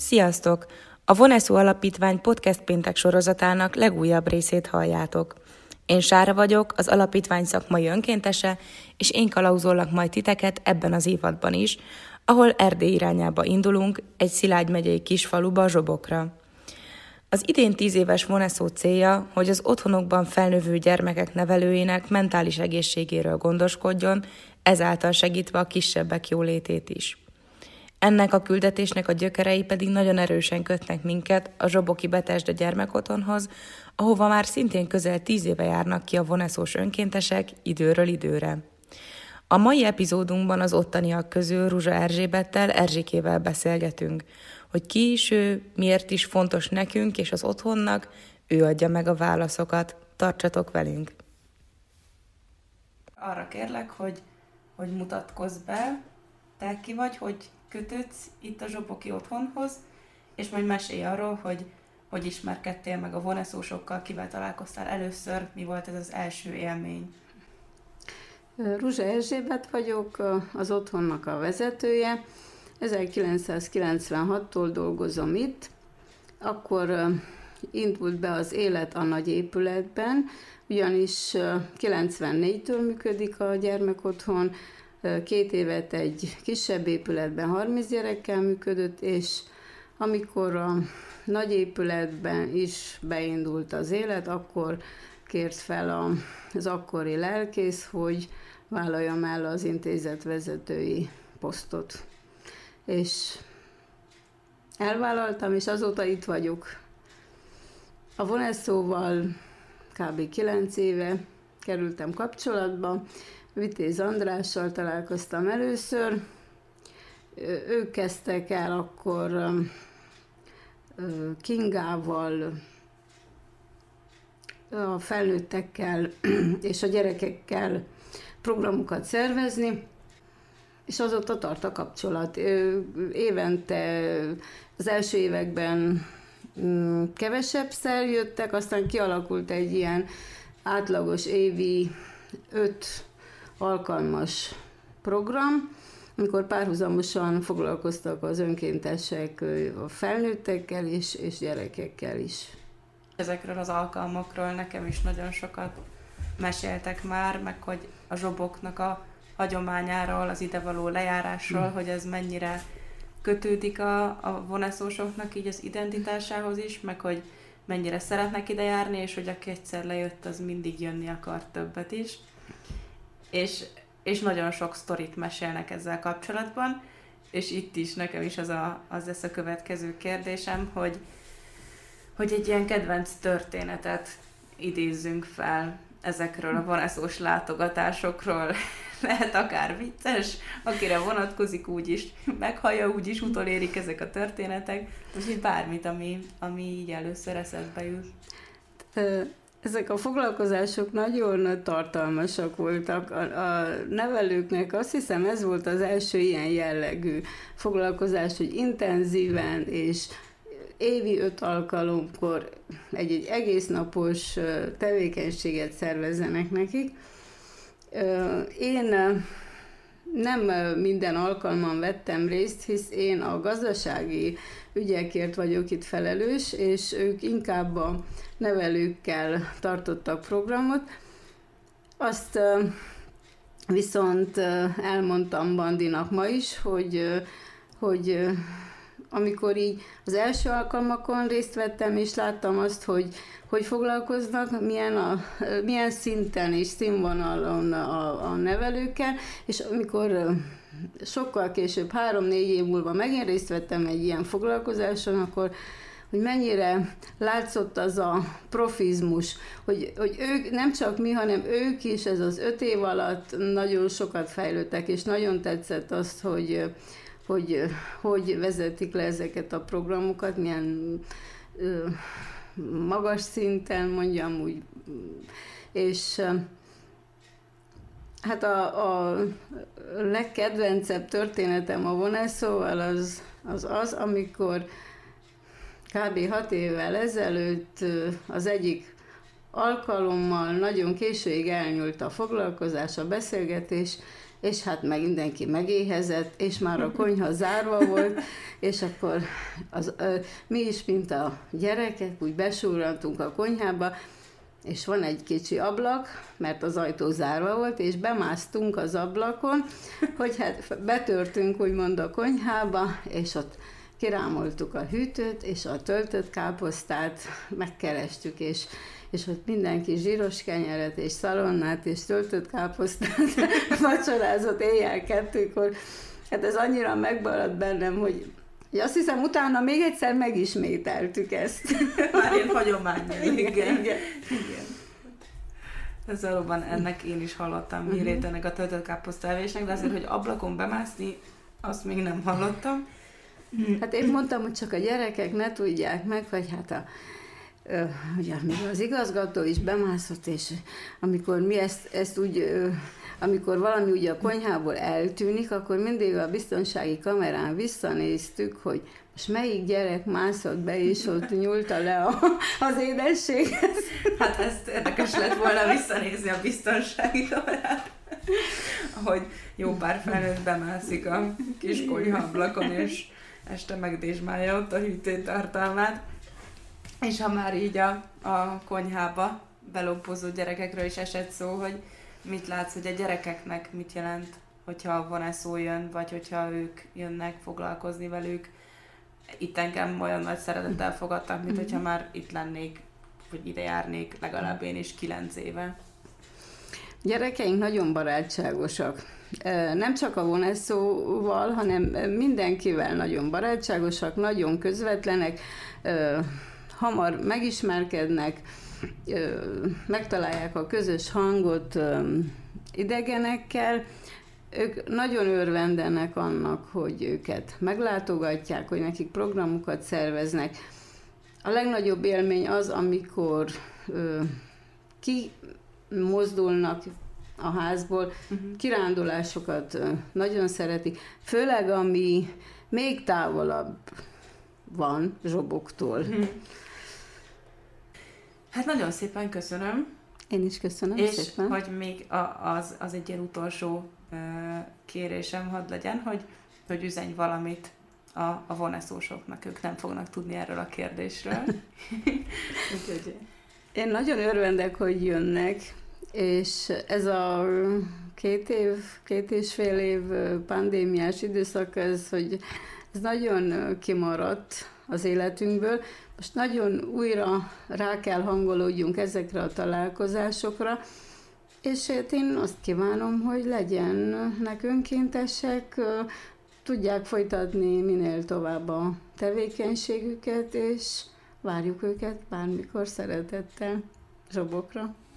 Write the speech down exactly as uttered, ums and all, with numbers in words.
Sziasztok! A Voneszó Alapítvány Podcast Péntek sorozatának legújabb részét halljátok. Én Sára vagyok, az alapítvány szakmai önkéntese, és én kalauzollak majd titeket ebben az évadban is, ahol Erdély irányába indulunk, egy Szilágy megyei kisfaluba, Zsobokra. Az idén tíz éves Voneszó célja, hogy az otthonokban felnövő gyermekek nevelőinek mentális egészségéről gondoskodjon, ezáltal segítve a kisebbek jólétét is. Ennek a küldetésnek a gyökerei pedig nagyon erősen kötnek minket a Zsoboki Betesda gyermekotthonhoz, ahova már szintén közel tíz éve járnak ki a voneszós önkéntesek időről időre. A mai epizódunkban az ottaniak közül Ruzsa Erzsébettel, Erzsikével beszélgetünk, hogy ki is ő, miért is fontos nekünk és az otthonnak, ő adja meg a válaszokat. Tartsatok velünk! Arra kérlek, hogy, hogy mutatkozz be, te ki vagy, hogy kötődsz itt a Zsoboki otthonhoz, és majd mesélj arról, hogy hogy ismerkedtél meg a voneszósokkal, kivel találkoztál először, mi volt ez az első élmény. Ruzsa Erzsébet vagyok, az otthonnak a vezetője. ezerkilencszázkilencvenhattól dolgozom itt. Akkor indult be az élet a nagy épületben, ugyanis kilencvennégytől működik a gyermekotthon, két évet egy kisebb épületben harminc gyerekkel működött, és amikor a nagy épületben is beindult az élet, akkor kért fel az akkori lelkész, hogy vállaljam el az intézet vezetői posztot. És elvállaltam, és azóta itt vagyok. A Voneszóval kb. kilenc éve kerültem kapcsolatba, Vitéz Andrással találkoztam először. Ők kezdtek el akkor Kingával, a felnőttekkel és a gyerekekkel programokat szervezni, és azóta tart a kapcsolat. Évente, az első években kevesebbszer jöttek, aztán kialakult egy ilyen átlagos évi öt alkalmas program, amikor párhuzamosan foglalkoztak az önkéntesek a felnőttekkel is, és gyerekekkel is. Ezekről az alkalmakról nekem is nagyon sokat meséltek már, meg hogy a Zsoboknak a hagyományáról, az idevaló lejárásról, mm. hogy ez mennyire kötődik a, a voneszósoknak így az identitásához is, meg hogy mennyire szeretnek ide járni, és hogy aki egyszer lejött, az mindig jönni akar többet is. És, és nagyon sok sztorit mesélnek ezzel kapcsolatban, és itt is nekem is az, a, az lesz a következő kérdésem, hogy, hogy egy ilyen kedvenc történetet idézzünk fel ezekről a voneszós látogatásokról. Lehet akár vicces, akire vonatkozik úgyis, meghallja úgyis, utolérik ezek a történetek, úgyhogy bármit, ami, ami így először eszedbe jut. Ezek a foglalkozások nagyon tartalmasak voltak. A, a nevelőknek azt hiszem ez volt az első ilyen jellegű foglalkozás, hogy intenzíven és évi öt alkalomkor egy-egy egész napos tevékenységet szervezzenek nekik. Én nem minden alkalman vettem részt, hisz én a gazdasági ügyekért vagyok itt felelős, és ők inkább a nevelőkkel tartottak programot. Azt viszont elmondtam Bandinak ma is, hogy, hogy amikor így az első alkalmakon részt vettem, és láttam azt, hogy hogy foglalkoznak, milyen, a, milyen szinten és színvonalon a, a nevelőkkel, és amikor sokkal később, három-négy év múlva megint részt vettem egy ilyen foglalkozáson, akkor hogy mennyire látszott az a profizmus, hogy, hogy ők, nem csak mi, hanem ők is ez az öt év alatt nagyon sokat fejlődtek, és nagyon tetszett azt, hogy hogy, hogy vezetik le ezeket a programokat, milyen ö, magas szinten, mondjam úgy, és hát a, a legkedvencebb történetem a Voneszóval az, az az, amikor kb. hat évvel ezelőtt az egyik alkalommal nagyon későig elnyúlt a foglalkozás, a beszélgetés, és hát meg mindenki megéhezett, és már a konyha zárva volt, és akkor az, ö, mi is, mint a gyerekek, úgy besúrantunk a konyhába, és van egy kicsi ablak, mert az ajtó zárva volt, és bemásztunk az ablakon, hogy hát betörtünk úgymond a konyhába, és ott kirámoltuk a hűtőt, és a töltött káposztát megkerestük, és, és ott mindenki zsíros kenyeret, és szalonnát, és töltött káposztát vacsorázott éjjel kettőkor. Hát ez annyira megmaradt bennem, hogy azt hiszem, utána még egyszer megismételtük ezt. Már ilyen hagyományos. Igen, igen. igen. Ez valóban ennek én is hallottam hírét, uh-huh. ennek a töltött káposztávésnek, de azért, hogy ablakon bemászni, azt még nem hallottam. Hát én mondtam, hogy csak a gyerekek ne tudják meg, vagy hát a, ö, ugye, az igazgató is bemászott, és amikor mi ezt, ezt úgy, ö, amikor valami ugye a konyhából eltűnik, akkor mindig a biztonsági kamerán visszanéztük, hogy most melyik gyerek mászott be, és ott nyúlta le a, az édességhez. Hát ezt érdekes lett volna visszanézni a biztonsági kamerát, ahogy jó pár felnőtt bemászik a kis konyhaablakon, és este megdésmálja ott a hűtőtartalmát. És ha már így a, a konyhába belobbozó gyerekekről is esett szó, hogy mit látsz, hogy a gyerekeknek mit jelent, hogyha a voneszó jön, vagy hogyha ők jönnek foglalkozni velük. Itt engem olyan nagy szeretettel fogadtak, mint hogyha már itt lennék, vagy ide járnék legalább én is kilenc éve. Gyerekeink nagyon barátságosak. Nem csak a voneszóval, hanem mindenkivel nagyon barátságosak, nagyon közvetlenek, hamar megismerkednek, megtalálják a közös hangot idegenekkel. Ők nagyon örvendenek annak, hogy őket meglátogatják, hogy nekik programokat szerveznek. A legnagyobb élmény az, amikor kimozdulnak a házból, uh-huh. kirándulásokat nagyon szeretik, főleg ami még távolabb van Zsoboktól. Uh-huh. Hát nagyon szépen köszönöm. Én is köszönöm és szépen. És hogy még az, az egy ilyen utolsó kérésem hadd legyen, hogy, hogy üzenj valamit a, a voneszósoknak, ők nem fognak tudni erről a kérdésről. Úgyhogy... Én nagyon örvendek, hogy jönnek, és ez a két év, két és fél év pandémiás időszak, ez, hogy ez nagyon kimaradt az életünkből. Most nagyon újra rá kell hangolódjunk ezekre a találkozásokra, és én azt kívánom, hogy legyenek önkéntesek, tudják folytatni minél tovább a tevékenységüket, és várjuk őket bármikor szeretettel Zsobokra.